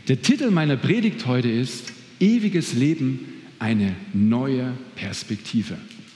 Der Titel meiner Predigt heute ist Ewiges Leben, eine neue Perspektive.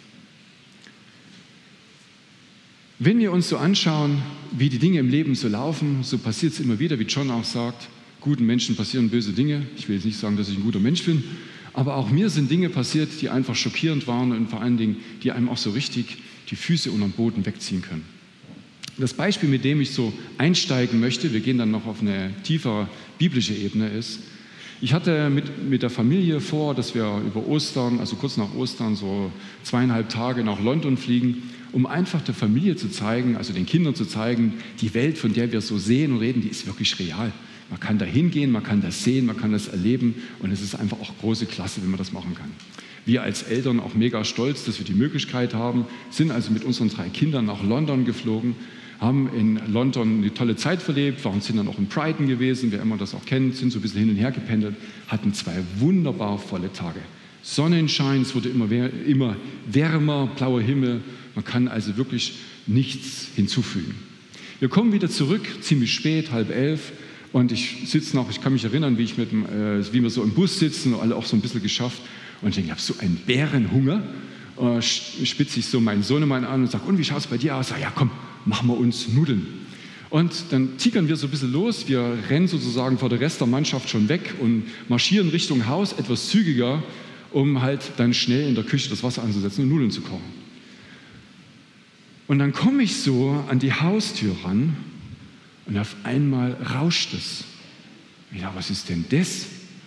Wenn wir uns so anschauen, wie die Dinge im Leben so laufen, so passiert es immer wieder, wie John auch sagt, guten Menschen passieren böse Dinge. Ich will jetzt nicht sagen, dass ich ein guter Mensch bin, aber auch mir sind Dinge passiert, die einfach schockierend waren und vor allen Dingen, die einem auch so richtig die Füße unter den Boden wegziehen können. Das Beispiel, mit dem ich so einsteigen möchte, wir gehen dann noch auf eine tiefere biblische Ebene, ist, ich hatte mit der Familie vor, dass wir über Ostern, also kurz nach Ostern, so 2,5 Tage nach London fliegen, um einfach der Familie zu zeigen, also den Kindern zu zeigen, die Welt, von der wir so sehen und reden, die ist wirklich real. Man kann da hingehen, man kann das sehen, man kann das erleben und es ist einfach auch große Klasse, wenn man das machen kann. Wir als Eltern auch mega stolz, dass wir die Möglichkeit haben, sind also mit unseren 3 Kindern nach London geflogen, haben in London eine tolle Zeit verlebt, sind dann auch in Brighton gewesen, wer immer das auch kennt, sind so ein bisschen hin und her gependelt, hatten 2 wunderbar volle Tage. Sonnenschein, es wurde immer wärmer, blauer Himmel, man kann also wirklich nichts hinzufügen. Wir kommen wieder zurück, ziemlich spät, 10:30, und ich kann mich erinnern, wie wir so im Bus sitzen und alle auch so ein bisschen geschafft, und ich denke, ich habe so einen Bärenhunger, spitze ich so meinen Sohnemann an und sage, und wie schaut es bei dir aus? Sag, ja komm, machen wir uns Nudeln. Und dann tigern wir so ein bisschen los, wir rennen sozusagen vor der Rest der Mannschaft schon weg und marschieren Richtung Haus, etwas zügiger, um halt dann schnell in der Küche das Wasser anzusetzen und Nudeln zu kochen. Und dann komme ich so an die Haustür ran und auf einmal rauscht es. Ja, was ist denn das?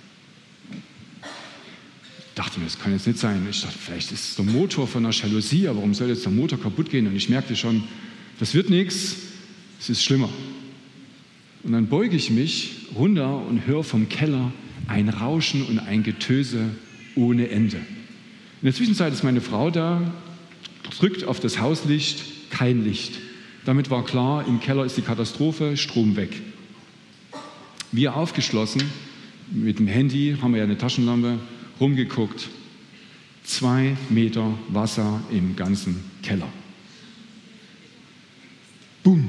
Ich dachte mir, das kann jetzt nicht sein. Ich dachte, vielleicht ist es der Motor von einer Jalousie, aber warum soll jetzt der Motor kaputt gehen? Und ich merkte schon, das wird nichts, es ist schlimmer. Und dann beuge ich mich runter und höre vom Keller ein Rauschen und ein Getöse ohne Ende. In der Zwischenzeit ist meine Frau da, drückt auf das Hauslicht, kein Licht. Damit war klar, im Keller ist die Katastrophe, Strom weg. Wir aufgeschlossen, mit dem Handy, haben wir ja eine Taschenlampe, rumgeguckt, 2 Meter Wasser im ganzen Keller. Boom!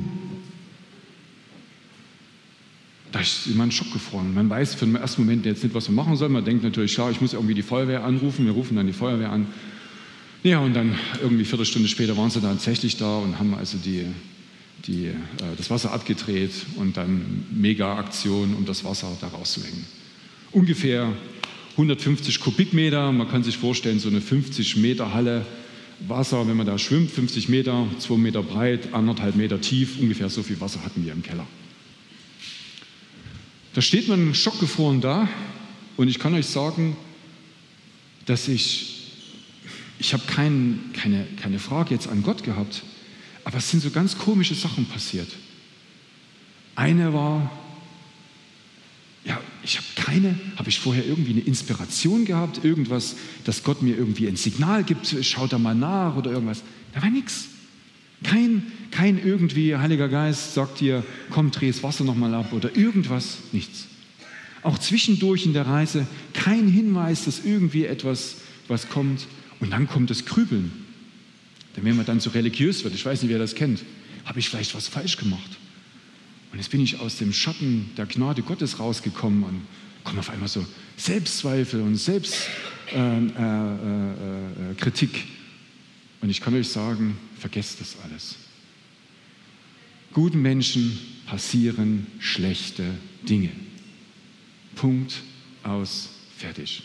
Da ist immer ein Schock gefroren. Man weiß für den ersten Moment jetzt nicht, was man machen soll. Man denkt natürlich, klar, ich muss irgendwie die Feuerwehr anrufen. Wir rufen dann die Feuerwehr an. Ja, und dann irgendwie 1/4 Stunde später waren sie dann tatsächlich da und haben also das Wasser abgedreht und dann Mega-Aktion, um das Wasser da rauszuhängen. Ungefähr 150 Kubikmeter, man kann sich vorstellen, so eine 50 Meter Halle Wasser, wenn man da schwimmt, 50 Meter, 2 Meter breit, 1,5 Meter tief, ungefähr so viel Wasser hatten wir im Keller. Da steht man schockgefroren da und ich kann euch sagen, dass ich habe keine Frage jetzt an Gott gehabt, aber es sind so ganz komische Sachen passiert. Eine war, ja, habe ich vorher irgendwie eine Inspiration gehabt, irgendwas, dass Gott mir irgendwie ein Signal gibt, schaut da mal nach oder irgendwas. Da war nichts. Kein irgendwie Heiliger Geist sagt dir, komm, dreh das Wasser nochmal ab oder irgendwas, nichts. Auch zwischendurch in der Reise kein Hinweis, dass irgendwie etwas was kommt. Und dann kommt das Grübeln. Denn wenn man dann so religiös wird, ich weiß nicht, wer das kennt, habe ich vielleicht was falsch gemacht? Und jetzt bin ich aus dem Schatten der Gnade Gottes rausgekommen und komme auf einmal so Selbstzweifel und Selbstkritik. Und ich kann euch sagen, vergesst das alles. Guten Menschen passieren schlechte Dinge. Punkt, aus, fertig.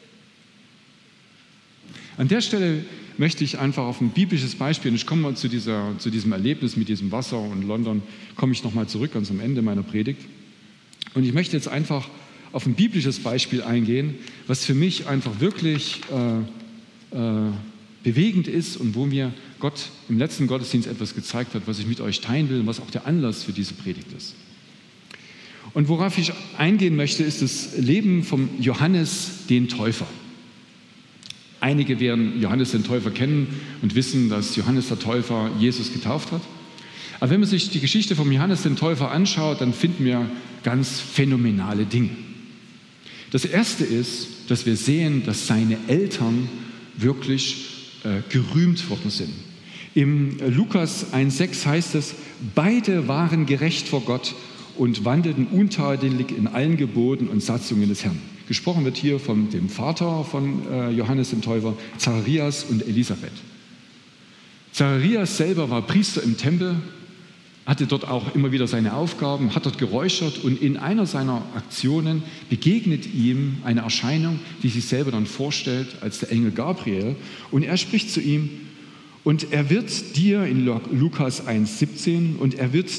An der Stelle möchte ich einfach auf ein biblisches Beispiel, und ich komme mal zu diesem Erlebnis mit diesem Wasser und London, komme ich nochmal zurück ganz am Ende meiner Predigt. Und ich möchte jetzt einfach auf ein biblisches Beispiel eingehen, was für mich einfach wirklich bewegend ist und wo mir Gott im letzten Gottesdienst etwas gezeigt hat, was ich mit euch teilen will und was auch der Anlass für diese Predigt ist. Und worauf ich eingehen möchte, ist das Leben vom Johannes den Täufer. Einige werden Johannes den Täufer kennen und wissen, dass Johannes der Täufer Jesus getauft hat. Aber wenn man sich die Geschichte vom Johannes den Täufer anschaut, dann finden wir ganz phänomenale Dinge. Das erste ist, dass wir sehen, dass seine Eltern wirklich gerühmt worden sind. Im Lukas 1,6 heißt es, beide waren gerecht vor Gott und wandelten untadelig in allen Geboten und Satzungen des Herrn. Gesprochen wird hier von dem Vater von Johannes dem Täufer, Zacharias und Elisabeth. Zacharias selber war Priester im Tempel, hatte dort auch immer wieder seine Aufgaben, hat dort geräuchert und in einer seiner Aktionen begegnet ihm eine Erscheinung, die sich selber dann vorstellt als der Engel Gabriel. Und er spricht zu ihm, und er wird dir in Lukas 1,17, und er wird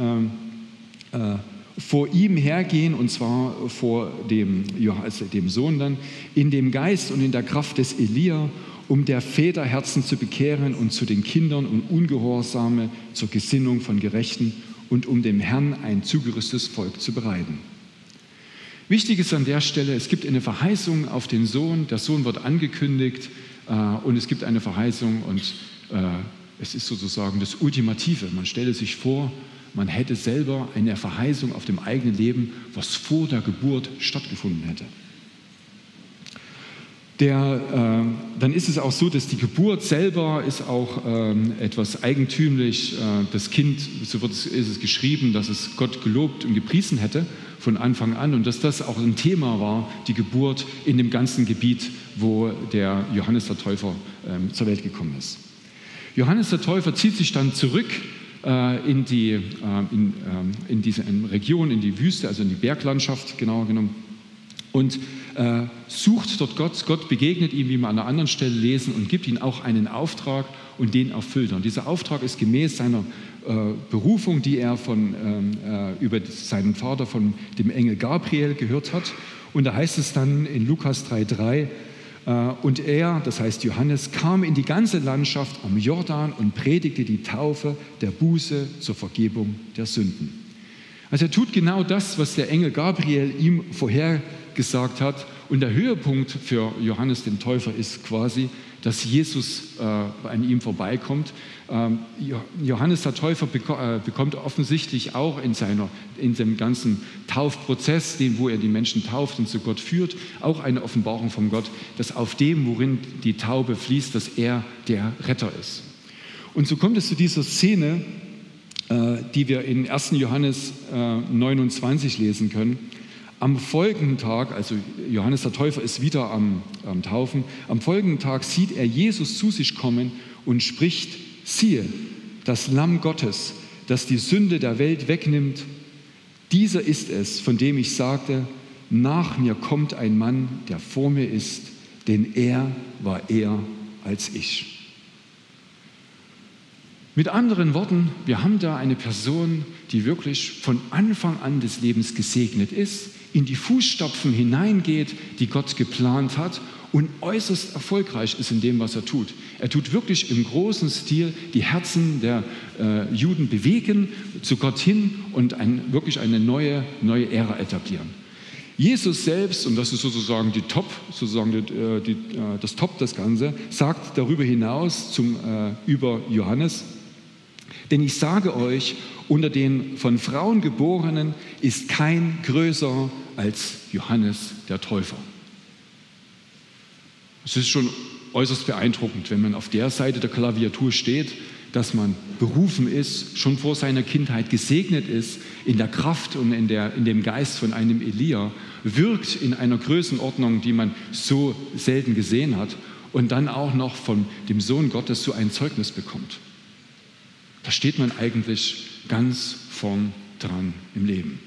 vor ihm hergehen, und zwar vor dem Sohn dann, in dem Geist und in der Kraft des Elia, um der Väter Herzen zu bekehren und zu den Kindern und Ungehorsame zur Gesinnung von Gerechten und um dem Herrn ein zugerüstetes Volk zu bereiten. Wichtig ist an der Stelle, es gibt eine Verheißung auf den Sohn, der Sohn wird angekündigt und es gibt eine Verheißung und es ist sozusagen das Ultimative. Man stelle sich vor, man hätte selber eine Verheißung auf dem eigenen Leben, was vor der Geburt stattgefunden hätte. Dann ist es auch so, dass die Geburt selber ist auch etwas eigentümlich. Das Kind, so ist es geschrieben, dass es Gott gelobt und gepriesen hätte von Anfang an und dass das auch ein Thema war, die Geburt in dem ganzen Gebiet, wo der Johannes der Täufer zur Welt gekommen ist. Johannes der Täufer zieht sich dann zurück in diese Region, in die Wüste, also in die Berglandschaft genauer genommen, und sucht dort Gott. Gott begegnet ihm, wie wir an einer anderen Stelle lesen, und gibt ihm auch einen Auftrag und den erfüllt er. Und dieser Auftrag ist gemäß seiner Berufung, die er über seinen Vater von dem Engel Gabriel gehört hat. Und da heißt es dann in Lukas 3,3, und er, das heißt Johannes, kam in die ganze Landschaft am Jordan und predigte die Taufe der Buße zur Vergebung der Sünden. Also er tut genau das, was der Engel Gabriel ihm vorhergesagt hat. Und der Höhepunkt für Johannes den Täufer ist quasi, dass Jesus an ihm vorbeikommt. Johannes der Täufer bekommt offensichtlich auch in dem ganzen Taufprozess, wo er die Menschen tauft und zu Gott führt, auch eine Offenbarung von Gott, dass auf dem, worin die Taube fließt, dass er der Retter ist. Und so kommt es zu dieser Szene, die wir in 1. Johannes 29 lesen können. Am folgenden Tag, also Johannes der Täufer ist wieder am Taufen, am folgenden Tag sieht er Jesus zu sich kommen und spricht, siehe, das Lamm Gottes, das die Sünde der Welt wegnimmt, dieser ist es, von dem ich sagte, nach mir kommt ein Mann, der vor mir ist, denn er war eher als ich. Mit anderen Worten, wir haben da eine Person, die wirklich von Anfang an des Lebens gesegnet ist, in die Fußstapfen hineingeht, die Gott geplant hat und äußerst erfolgreich ist in dem, was er tut. Er tut wirklich im großen Stil die Herzen der Juden bewegen, zu Gott hin und wirklich eine neue Ära etablieren. Jesus selbst, und das ist sozusagen das Top des Ganzen, sagt darüber hinaus über Johannes, denn ich sage euch, unter den von Frauen Geborenen ist kein größer als Johannes der Täufer. Es ist schon äußerst beeindruckend, wenn man auf der Seite der Klaviatur steht, dass man berufen ist, schon vor seiner Kindheit gesegnet ist, in der Kraft und in dem Geist von einem Elia, wirkt in einer Größenordnung, die man so selten gesehen hat und dann auch noch von dem Sohn Gottes so ein Zeugnis bekommt. Da steht man eigentlich ganz vorn dran im Leben.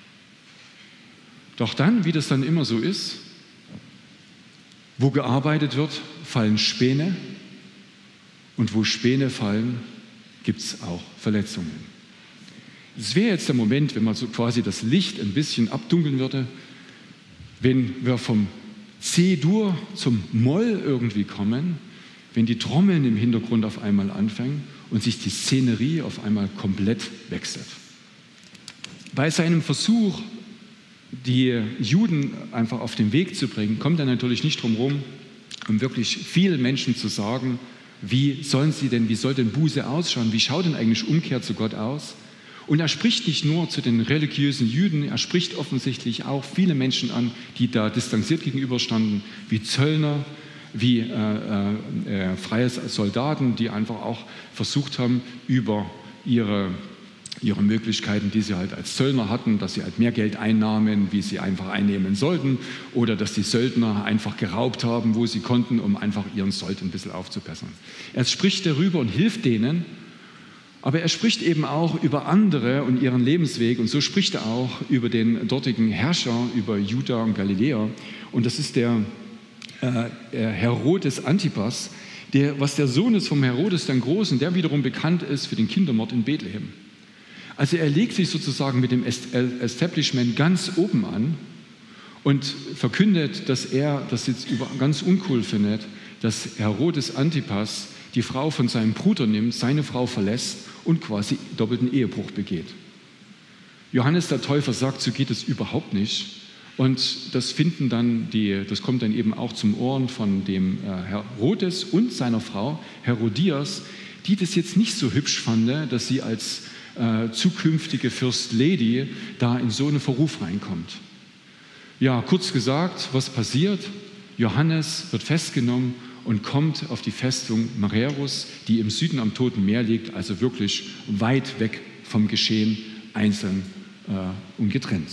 Doch dann, wie das dann immer so ist, wo gearbeitet wird, fallen Späne und wo Späne fallen, gibt es auch Verletzungen. Es wäre jetzt der Moment, wenn man so quasi das Licht ein bisschen abdunkeln würde, wenn wir vom C-Dur zum Moll irgendwie kommen, wenn die Trommeln im Hintergrund auf einmal anfangen und sich die Szenerie auf einmal komplett wechselt. Bei seinem Versuch, die Juden einfach auf den Weg zu bringen, kommt er natürlich nicht drum herum, um wirklich vielen Menschen zu sagen, wie soll denn Buße ausschauen, wie schaut denn eigentlich Umkehr zu Gott aus? Und er spricht nicht nur zu den religiösen Juden, er spricht offensichtlich auch viele Menschen an, die da distanziert gegenüberstanden, wie Zöllner, wie freie Soldaten, die einfach auch versucht haben, über ihre ihre Möglichkeiten, die sie halt als Zöllner hatten, dass sie halt mehr Geld einnahmen, wie sie einfach einnehmen sollten, oder dass die Söldner einfach geraubt haben, wo sie konnten, um einfach ihren Sold ein bisschen aufzubessern. Er spricht darüber und hilft denen, aber er spricht eben auch über andere und ihren Lebensweg, und so spricht er auch über den dortigen Herrscher, über Juda und Galiläa, und das ist der Herodes Antipas, was der Sohn ist vom Herodes den Großen, der wiederum bekannt ist für den Kindermord in Bethlehem. Also er legt sich sozusagen mit dem Establishment ganz oben an und verkündet, dass er das jetzt ganz uncool findet, dass Herodes Antipas die Frau von seinem Bruder nimmt, seine Frau verlässt und quasi doppelten Ehebruch begeht. Johannes der Täufer sagt, so geht es überhaupt nicht. Und das das kommt dann eben auch zum Ohren von dem Herodes und seiner Frau Herodias, die das jetzt nicht so hübsch fanden, dass sie als zukünftige First Lady da in so einen Verruf reinkommt. Ja, kurz gesagt, was passiert? Johannes wird festgenommen und kommt auf die Festung Mareus, die im Süden am Toten Meer liegt, also wirklich weit weg vom Geschehen, einzeln und getrennt.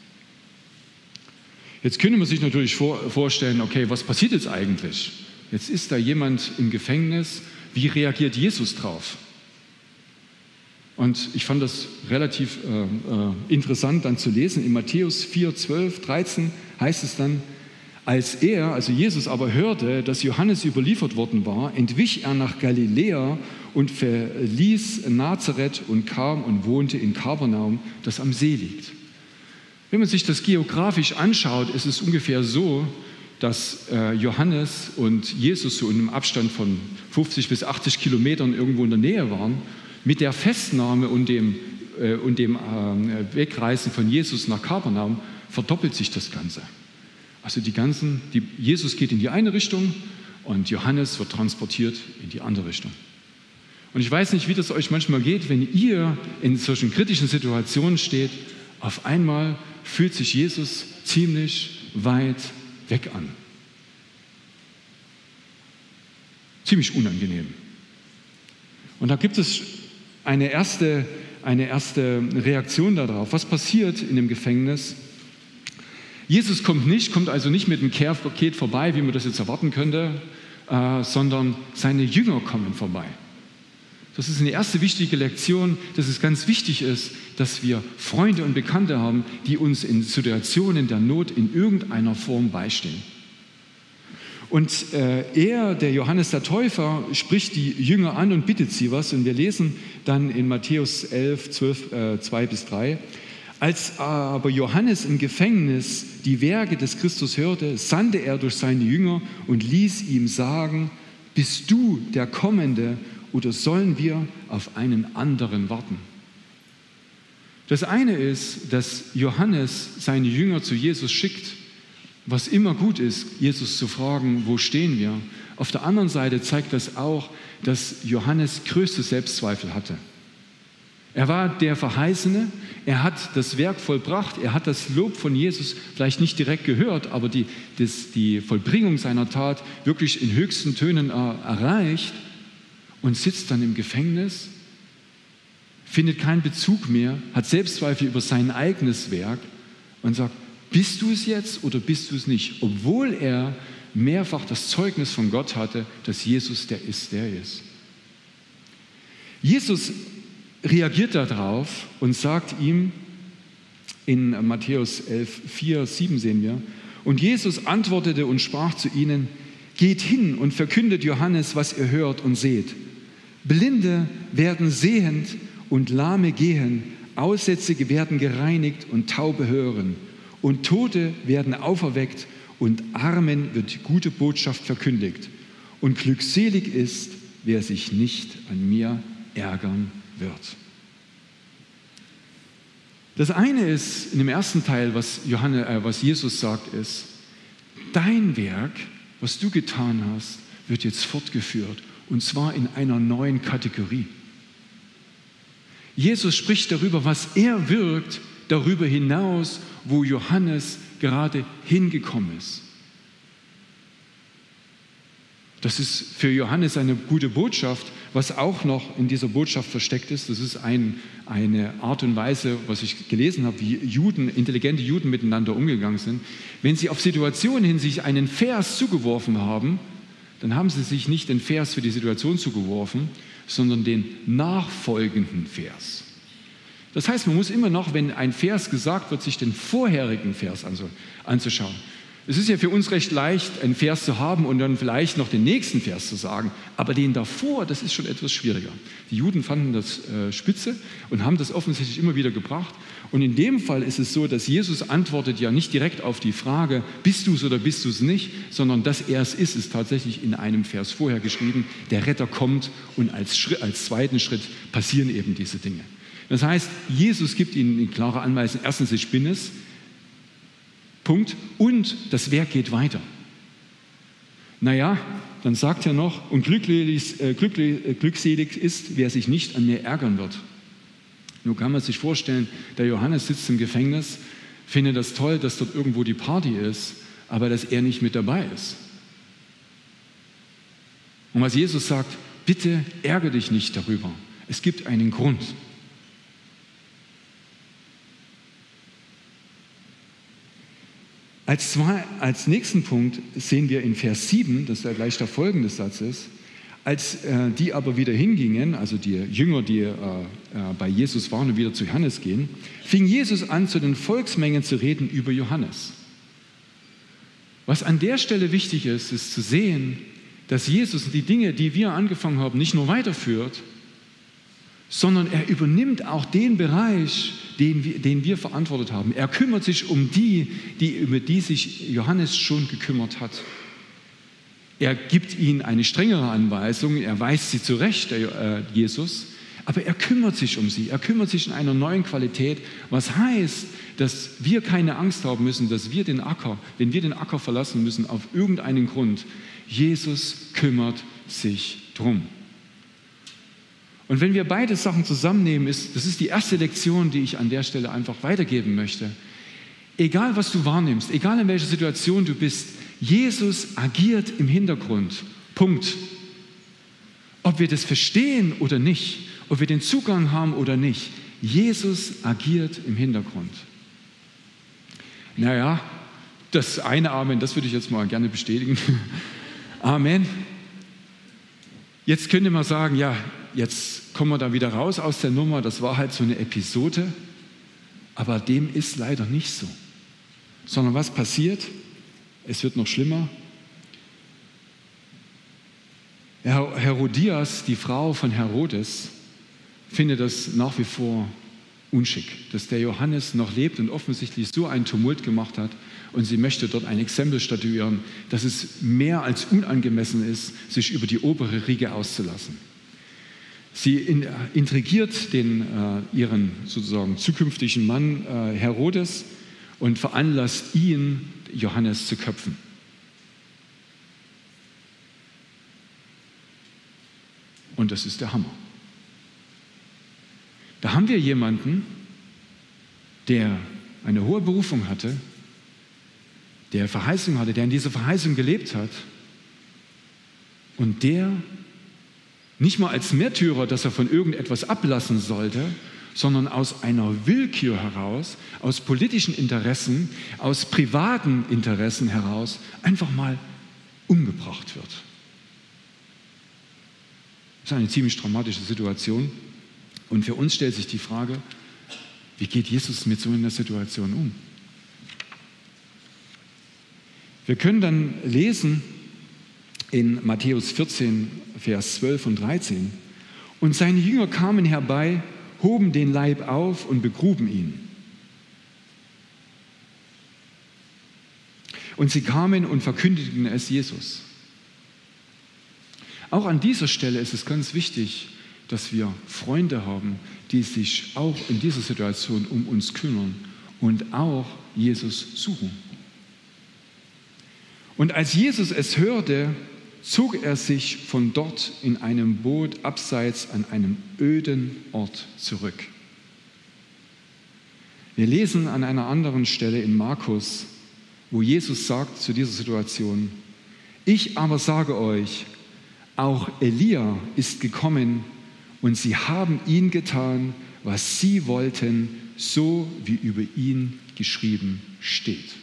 Jetzt könnte man sich natürlich vorstellen, okay, was passiert jetzt eigentlich? Jetzt ist da jemand im Gefängnis, wie reagiert Jesus drauf? Und ich fand das relativ interessant dann zu lesen. In Matthäus 4, 12, 13 heißt es dann, als er, also Jesus aber hörte, dass Johannes überliefert worden war, entwich er nach Galiläa und verließ Nazareth und kam und wohnte in Kapernaum, das am See liegt. Wenn man sich das geografisch anschaut, ist es ungefähr so, dass Johannes und Jesus so in einem Abstand von 50 bis 80 Kilometern irgendwo in der Nähe waren. Mit der Festnahme und dem Wegreisen von Jesus nach Kapernaum verdoppelt sich das Ganze. Also Jesus geht in die eine Richtung und Johannes wird transportiert in die andere Richtung. Und ich weiß nicht, wie das euch manchmal geht, wenn ihr in solchen kritischen Situationen steht, auf einmal fühlt sich Jesus ziemlich weit weg an. Ziemlich unangenehm. Und da gibt es eine erste Reaktion darauf. Was passiert in dem Gefängnis? Jesus kommt also nicht mit einem Care-Paket vorbei, wie man das jetzt erwarten könnte, sondern seine Jünger kommen vorbei. Das ist eine erste wichtige Lektion, dass es ganz wichtig ist, dass wir Freunde und Bekannte haben, die uns in Situationen der Not in irgendeiner Form beistehen. Und der Johannes der Täufer, spricht die Jünger an und bittet sie was. Und wir lesen dann in Matthäus 11, 2 bis 3. Als aber Johannes im Gefängnis die Werke des Christus hörte, sandte er durch seine Jünger und ließ ihm sagen, bist du der Kommende oder sollen wir auf einen anderen warten? Das eine ist, dass Johannes seine Jünger zu Jesus schickt, was immer gut ist, Jesus zu fragen, wo stehen wir? Auf der anderen Seite zeigt das auch, dass Johannes größte Selbstzweifel hatte. Er war der Verheißene, er hat das Werk vollbracht, er hat das Lob von Jesus vielleicht nicht direkt gehört, aber die Vollbringung seiner Tat wirklich in höchsten Tönen erreicht und sitzt dann im Gefängnis, findet keinen Bezug mehr, hat Selbstzweifel über sein eigenes Werk und sagt, bist du es jetzt oder bist du es nicht? Obwohl er mehrfach das Zeugnis von Gott hatte, dass Jesus der ist, der ist. Jesus reagiert darauf und sagt ihm, in Matthäus 11, 4, 7 sehen wir, und Jesus antwortete und sprach zu ihnen, geht hin und verkündet Johannes, was ihr hört und seht. Blinde werden sehend und Lahme gehen, Aussätzige werden gereinigt und Taube hören. Und Tote werden auferweckt und Armen wird die gute Botschaft verkündigt. Und glückselig ist, wer sich nicht an mir ärgern wird. Das eine ist, in dem ersten Teil, was Jesus sagt, ist, dein Werk, was du getan hast, wird jetzt fortgeführt. Und zwar in einer neuen Kategorie. Jesus spricht darüber, was er wirkt, darüber hinaus, wo Johannes gerade hingekommen ist. Das ist für Johannes eine gute Botschaft, was auch noch in dieser Botschaft versteckt ist. Das ist eine Art und Weise, was ich gelesen habe, wie intelligente Juden miteinander umgegangen sind. Wenn sie auf Situationen hin sich einen Vers zugeworfen haben, dann haben sie sich nicht den Vers für die Situation zugeworfen, sondern den nachfolgenden Vers. Das heißt, man muss immer noch, wenn ein Vers gesagt wird, sich den vorherigen Vers anzuschauen. Es ist ja für uns recht leicht, einen Vers zu haben und dann vielleicht noch den nächsten Vers zu sagen, aber den davor, das ist schon etwas schwieriger. Die Juden fanden das spitze und haben das offensichtlich immer wieder gebracht. Und in dem Fall ist es so, dass Jesus antwortet ja nicht direkt auf die Frage, bist du es oder bist du es nicht, sondern dass er es ist tatsächlich in einem Vers vorher geschrieben. Der Retter kommt und als zweiten Schritt passieren eben diese Dinge. Das heißt, Jesus gibt ihnen eine klare Anweisung, erstens, ich bin es, Punkt, und das Werk geht weiter. Naja, dann sagt er noch, und glückselig ist, wer sich nicht an mir ärgern wird. Nun kann man sich vorstellen, der Johannes sitzt im Gefängnis, findet das toll, dass dort irgendwo die Party ist, aber dass er nicht mit dabei ist. Und was Jesus sagt, bitte ärgere dich nicht darüber. Es gibt einen Grund. Als nächsten Punkt sehen wir in Vers 7, das ist ja gleich der folgende Satz ist, als die aber wieder hingingen, also die Jünger, die bei Jesus waren und wieder zu Johannes gehen, fing Jesus an, zu den Volksmengen zu reden über Johannes. Was an der Stelle wichtig ist, ist zu sehen, dass Jesus die Dinge, die wir angefangen haben, nicht nur weiterführt, sondern er übernimmt auch den Bereich, den wir verantwortet haben. Er kümmert sich um über die sich Johannes schon gekümmert hat. Er gibt ihnen eine strengere Anweisung, er weist sie zurecht, Jesus, aber er kümmert sich um sie. Er kümmert sich in einer neuen Qualität, was heißt, dass wir keine Angst haben müssen, dass wir wenn wir den Acker verlassen müssen, auf irgendeinen Grund. Jesus kümmert sich drum. Und wenn wir beide Sachen zusammennehmen, das ist die erste Lektion, die ich an der Stelle einfach weitergeben möchte. Egal, was du wahrnimmst, egal in welcher Situation du bist, Jesus agiert im Hintergrund. Punkt. Ob wir das verstehen oder nicht, ob wir den Zugang haben oder nicht, Jesus agiert im Hintergrund. Naja, das eine Amen, das würde ich jetzt mal gerne bestätigen. Amen. Jetzt könnte man sagen, ja, jetzt kommen wir da wieder raus aus der Nummer, das war halt so eine Episode, aber dem ist leider nicht so. Sondern was passiert? Es wird noch schlimmer. Herodias, die Frau von Herodes, findet das nach wie vor unschick, dass der Johannes noch lebt und offensichtlich so einen Tumult gemacht hat und sie möchte dort ein Exempel statuieren, dass es mehr als unangemessen ist, sich über die obere Riege auszulassen. Sie intrigiert ihren sozusagen zukünftigen Mann Herodes und veranlasst ihn, Johannes zu köpfen. Und das ist der Hammer. Da haben wir jemanden, der eine hohe Berufung hatte, der Verheißung hatte, der in dieser Verheißung gelebt hat und der nicht mal als Märtyrer, dass er von irgendetwas ablassen sollte, sondern aus einer Willkür heraus, aus politischen Interessen, aus privaten Interessen heraus einfach mal umgebracht wird. Das ist eine ziemlich dramatische Situation. Und für uns stellt sich die Frage, wie geht Jesus mit so einer Situation um? Wir können dann lesen in Matthäus 14, Vers 12 und 13. Und seine Jünger kamen herbei, hoben den Leib auf und begruben ihn. Und sie kamen und verkündigten es Jesus. Auch an dieser Stelle ist es ganz wichtig, dass wir Freunde haben, die sich auch in dieser Situation um uns kümmern und auch Jesus suchen. Und als Jesus es hörte, zog er sich von dort in einem Boot abseits an einem öden Ort zurück. Wir lesen an einer anderen Stelle in Markus, wo Jesus sagt zu dieser Situation: Ich aber sage euch, auch Elia ist gekommen und sie haben ihn getan, was sie wollten, so wie über ihn geschrieben steht.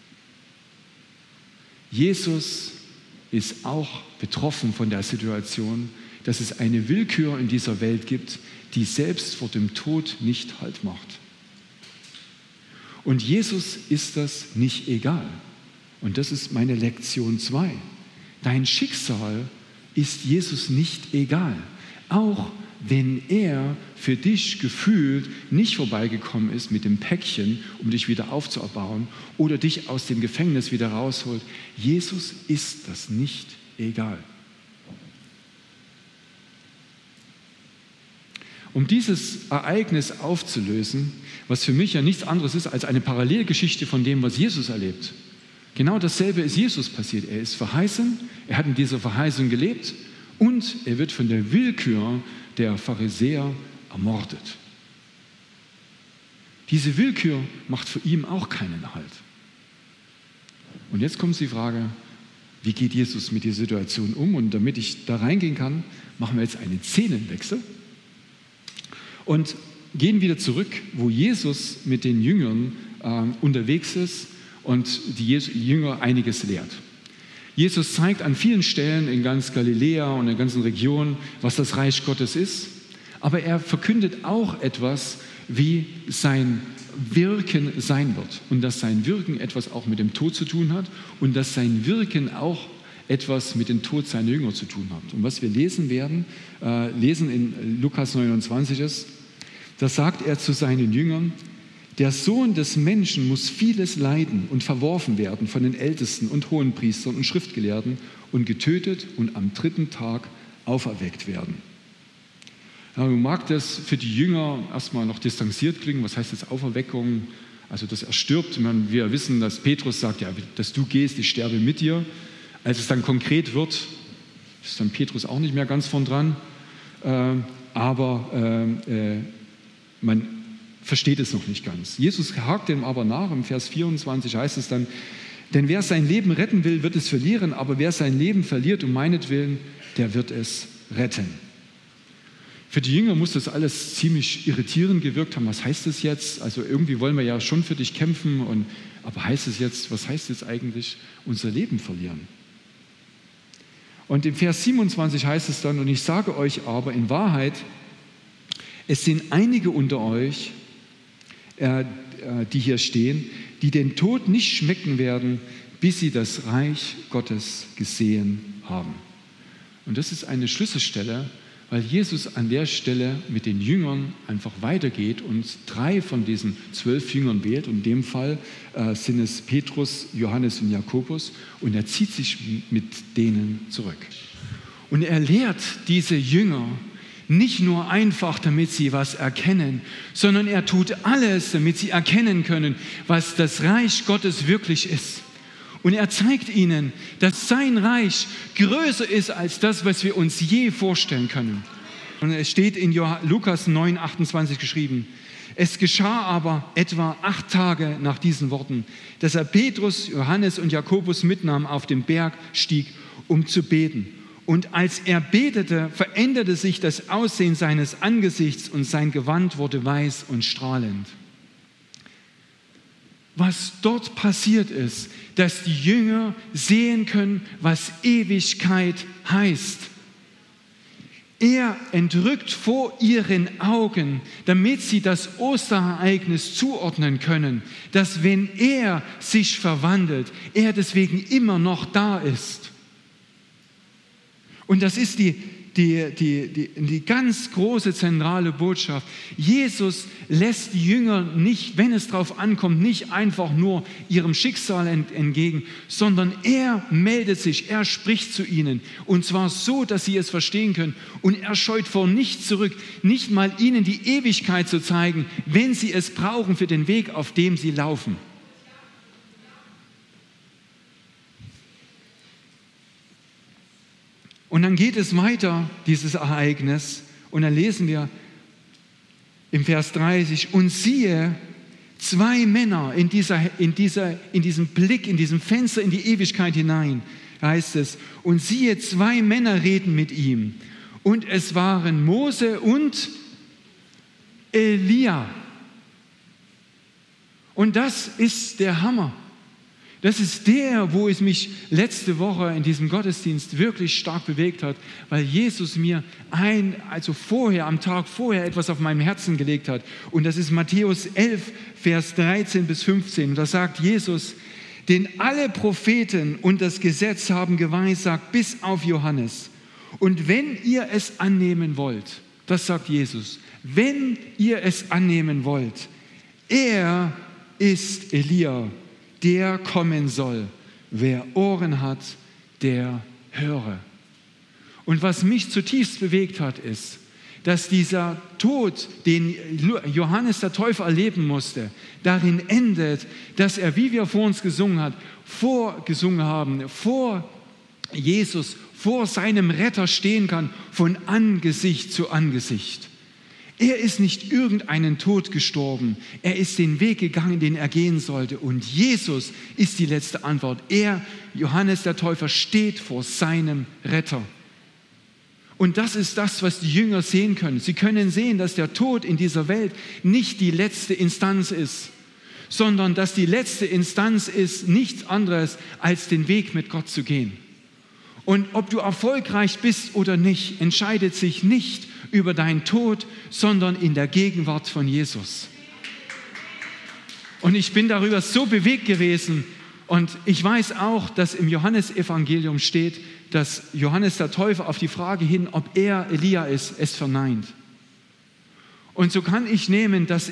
Jesus ist auch betroffen von der Situation, dass es eine Willkür in dieser Welt gibt, die selbst vor dem Tod nicht Halt macht. Und Jesus ist das nicht egal. Und das ist meine Lektion 2. Dein Schicksal ist Jesus nicht egal. Auch wenn er für dich gefühlt nicht vorbeigekommen ist mit dem Päckchen, um dich wieder aufzubauen oder dich aus dem Gefängnis wieder rausholt. Jesus ist das nicht egal. Um dieses Ereignis aufzulösen, was für mich ja nichts anderes ist als eine Parallelgeschichte von dem, was Jesus erlebt. Genau dasselbe ist Jesus passiert. Er ist verheißen, er hat in dieser Verheißung gelebt und er wird von der Willkür der Pharisäer ermordet. Diese Willkür macht für ihn auch keinen Halt. Und jetzt kommt die Frage, wie geht Jesus mit dieser Situation um? Und damit ich da reingehen kann, machen wir jetzt einen Szenenwechsel und gehen wieder zurück, wo Jesus mit den Jüngern unterwegs ist und die Jünger einiges lehrt. Jesus zeigt an vielen Stellen in ganz Galiläa und in der ganzen Region, was das Reich Gottes ist, aber er verkündet auch etwas, wie sein Wirken sein wird und dass sein Wirken etwas auch mit dem Tod zu tun hat und dass sein Wirken auch etwas mit dem Tod seiner Jünger zu tun hat. Und was wir lesen werden, lesen in Lukas 29 ist, da sagt er zu seinen Jüngern, der Sohn des Menschen muss vieles leiden und verworfen werden von den Ältesten und Hohenpriestern und Schriftgelehrten und getötet und am 3. Tag auferweckt werden. Ja, nun mag das für die Jünger erstmal noch distanziert klingen. Was heißt jetzt Auferweckung? Also, dass er stirbt. Wir wissen, dass Petrus sagt, ja, dass du gehst, ich sterbe mit dir. Als es dann konkret wird, ist dann Petrus auch nicht mehr ganz vorn dran. Aber man versteht es noch nicht ganz. Jesus hakt dem aber nach. Im Vers 24 heißt es dann, denn wer sein Leben retten will, wird es verlieren, aber wer sein Leben verliert um meinetwillen, der wird es retten. Für die Jünger muss das alles ziemlich irritierend gewirkt haben. Was heißt das jetzt? Also irgendwie wollen wir ja schon für dich kämpfen, aber heißt es jetzt, was heißt jetzt eigentlich, unser Leben verlieren? Und im Vers 27 heißt es dann, und ich sage euch aber in Wahrheit, es sind einige unter euch, die hier stehen, die den Tod nicht schmecken werden, bis sie das Reich Gottes gesehen haben. Und das ist eine Schlüsselstelle, weil Jesus an der Stelle mit den Jüngern einfach weitergeht und 3 von diesen 12 Jüngern wählt. Und in dem Fall sind es Petrus, Johannes und Jakobus. Und er zieht sich mit denen zurück. Und er lehrt diese Jünger nicht nur einfach, damit sie was erkennen, sondern er tut alles, damit sie erkennen können, was das Reich Gottes wirklich ist. Und er zeigt ihnen, dass sein Reich größer ist als das, was wir uns je vorstellen können. Und es steht in Lukas 9, 28 geschrieben, es geschah aber etwa 8 Tage nach diesen Worten, dass er Petrus, Johannes und Jakobus mitnahm, auf den Berg stieg, um zu beten. Und als er betete, veränderte sich das Aussehen seines Angesichts und sein Gewand wurde weiß und strahlend. Was dort passiert ist, dass die Jünger sehen können, was Ewigkeit heißt. Er entrückt vor ihren Augen, damit sie das Osterereignis zuordnen können, dass wenn er sich verwandelt, er deswegen immer noch da ist. Und das ist die ganz große zentrale Botschaft. Jesus lässt die Jünger nicht, wenn es darauf ankommt, nicht einfach nur ihrem Schicksal entgegen, sondern er meldet sich, er spricht zu ihnen. Und zwar so, dass sie es verstehen können. Und er scheut vor nichts zurück, nicht mal ihnen die Ewigkeit zu zeigen, wenn sie es brauchen für den Weg, auf dem sie laufen. Und dann geht es weiter, dieses Ereignis, und dann lesen wir im Vers 30, und siehe, 2 Männer in diesem Blick, in diesem Fenster in die Ewigkeit hinein, heißt es, und siehe, 2 Männer reden mit ihm. Und es waren Mose und Elia. Und das ist der Hammer. Das ist der, wo es mich letzte Woche in diesem Gottesdienst wirklich stark bewegt hat, weil Jesus mir am Tag vorher etwas auf meinem Herzen gelegt hat. Und das ist Matthäus 11, Vers 13 bis 15. Und da sagt Jesus, denn alle Propheten und das Gesetz haben geweissagt bis auf Johannes. Und wenn ihr es annehmen wollt, das sagt Jesus, wenn ihr es annehmen wollt, er ist Elia, der kommen soll. Wer Ohren hat, der höre. Und was mich zutiefst bewegt hat, ist, dass dieser Tod, den Johannes der Täufer erleben musste, darin endet, dass er, wie wir vor uns gesungen haben, vor Jesus, vor seinem Retter stehen kann, von Angesicht zu Angesicht. Er ist nicht irgendeinen Tod gestorben. Er ist den Weg gegangen, den er gehen sollte. Und Jesus ist die letzte Antwort. Er, Johannes der Täufer, steht vor seinem Retter. Und das ist das, was die Jünger sehen können. Sie können sehen, dass der Tod in dieser Welt nicht die letzte Instanz ist, sondern dass die letzte Instanz ist nichts anderes, als den Weg mit Gott zu gehen. Und ob du erfolgreich bist oder nicht, entscheidet sich nicht über deinen Tod, sondern in der Gegenwart von Jesus. Und ich bin darüber so bewegt gewesen. Und ich weiß auch, dass im Johannesevangelium steht, dass Johannes der Täufer auf die Frage hin, ob er Elia ist, es verneint. Und so kann ich nehmen, dass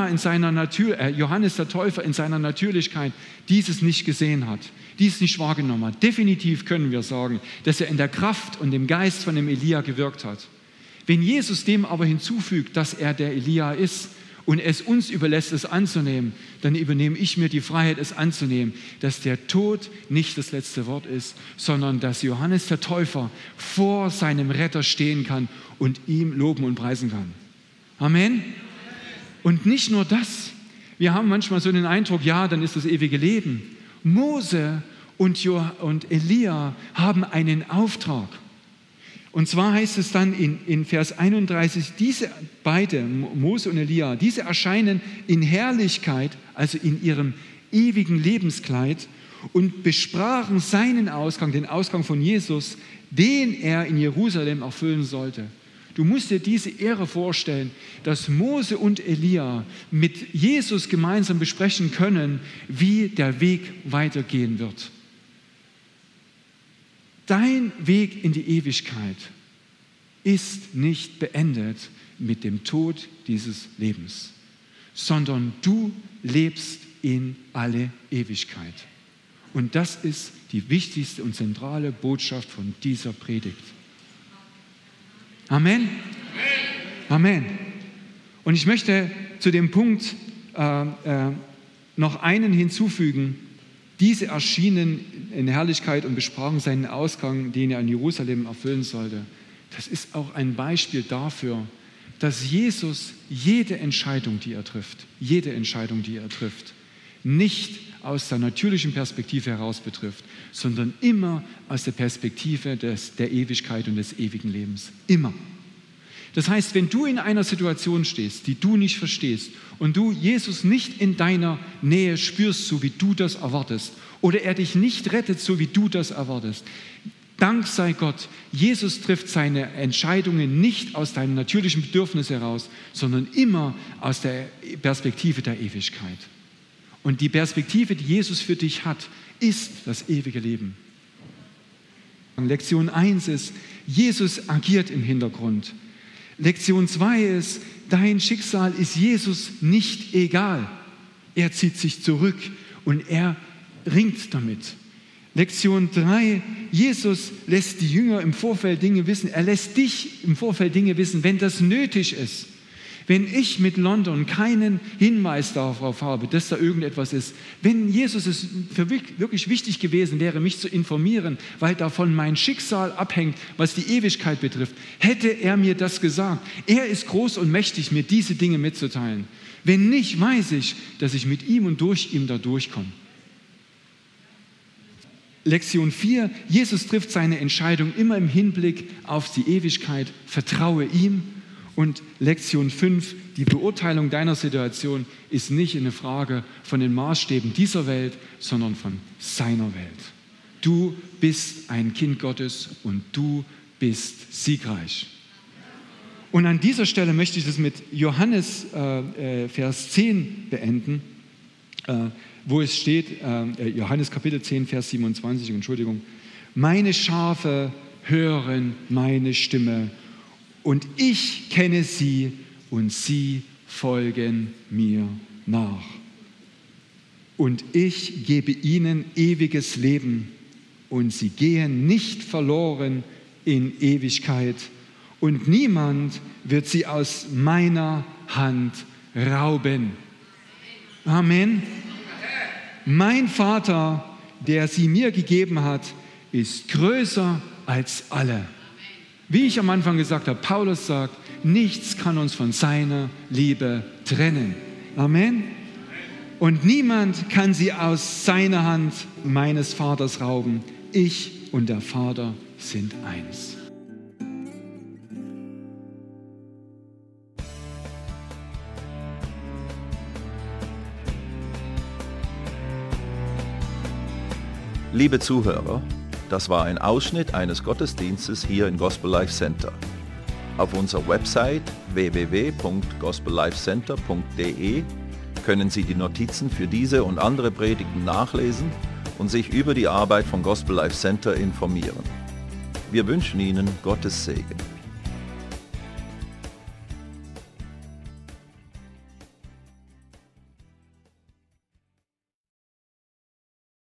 Johannes der Täufer in seiner Natürlichkeit dieses nicht gesehen hat, dies nicht wahrgenommen hat. Definitiv können wir sagen, dass er in der Kraft und dem Geist von dem Elia gewirkt hat. Wenn Jesus dem aber hinzufügt, dass er der Elia ist und es uns überlässt, es anzunehmen, dann übernehme ich mir die Freiheit, es anzunehmen, dass der Tod nicht das letzte Wort ist, sondern dass Johannes der Täufer vor seinem Retter stehen kann und ihm loben und preisen kann. Amen. Und nicht nur das. Wir haben manchmal so den Eindruck, ja, dann ist das ewige Leben. Mose und Elia haben einen Auftrag. Und zwar heißt es dann in Vers 31, diese beiden, Mose und Elia, diese erscheinen in Herrlichkeit, also in ihrem ewigen Lebenskleid und besprachen seinen Ausgang, den Ausgang von Jesus, den er in Jerusalem erfüllen sollte. Du musst dir diese Ehre vorstellen, dass Mose und Elia mit Jesus gemeinsam besprechen können, wie der Weg weitergehen wird. Dein Weg in die Ewigkeit ist nicht beendet mit dem Tod dieses Lebens, sondern du lebst in alle Ewigkeit. Und das ist die wichtigste und zentrale Botschaft von dieser Predigt. Amen? Amen. Und ich möchte zu dem Punkt noch einen hinzufügen. Diese erschienen in Herrlichkeit und besprachen seinen Ausgang, den er in Jerusalem erfüllen sollte. Das ist auch ein Beispiel dafür, dass Jesus jede Entscheidung, die er trifft, nicht aus der natürlichen Perspektive heraus betrifft, sondern immer aus der Perspektive der Ewigkeit und des ewigen Lebens. Immer. Das heißt, wenn du in einer Situation stehst, die du nicht verstehst und du Jesus nicht in deiner Nähe spürst, so wie du das erwartest, oder er dich nicht rettet, so wie du das erwartest, Dank sei Gott, Jesus trifft seine Entscheidungen nicht aus deinem natürlichen Bedürfnis heraus, sondern immer aus der Perspektive der Ewigkeit. Und die Perspektive, die Jesus für dich hat, ist das ewige Leben. Lektion 1 ist, Jesus agiert im Hintergrund. Lektion 2 ist, dein Schicksal ist Jesus nicht egal. Er zieht sich zurück und er ringt damit. Lektion 3, Jesus lässt die Jünger im Vorfeld Dinge wissen. Er lässt dich im Vorfeld Dinge wissen, wenn das nötig ist. Wenn ich mit London keinen Hinweis darauf habe, dass da irgendetwas ist, wenn Jesus es für wirklich wichtig gewesen wäre, mich zu informieren, weil davon mein Schicksal abhängt, was die Ewigkeit betrifft, hätte er mir das gesagt. Er ist groß und mächtig, mir diese Dinge mitzuteilen. Wenn nicht, weiß ich, dass ich mit ihm und durch ihn da durchkomme. Lektion 4, Jesus trifft seine Entscheidung immer im Hinblick auf die Ewigkeit, vertraue ihm. Und Lektion 5, die Beurteilung deiner Situation ist nicht eine Frage von den Maßstäben dieser Welt, sondern von seiner Welt. Du bist ein Kind Gottes und du bist siegreich. Und an dieser Stelle möchte ich das mit Johannes Vers 10 beenden, wo es steht, Johannes Kapitel 10, Vers 27, meine Schafe hören meine Stimme und ich kenne sie und sie folgen mir nach. Und ich gebe ihnen ewiges Leben und sie gehen nicht verloren in Ewigkeit und niemand wird sie aus meiner Hand rauben. Amen. Mein Vater, der sie mir gegeben hat, ist größer als alle. Wie ich am Anfang gesagt habe, Paulus sagt, nichts kann uns von seiner Liebe trennen. Amen. Und niemand kann sie aus seiner Hand meines Vaters rauben. Ich und der Vater sind eins. Liebe Zuhörer, das war ein Ausschnitt eines Gottesdienstes hier im Gospel Life Center. Auf unserer Website www.gospellifecenter.de können Sie die Notizen für diese und andere Predigten nachlesen und sich über die Arbeit von Gospel Life Center informieren. Wir wünschen Ihnen Gottes Segen.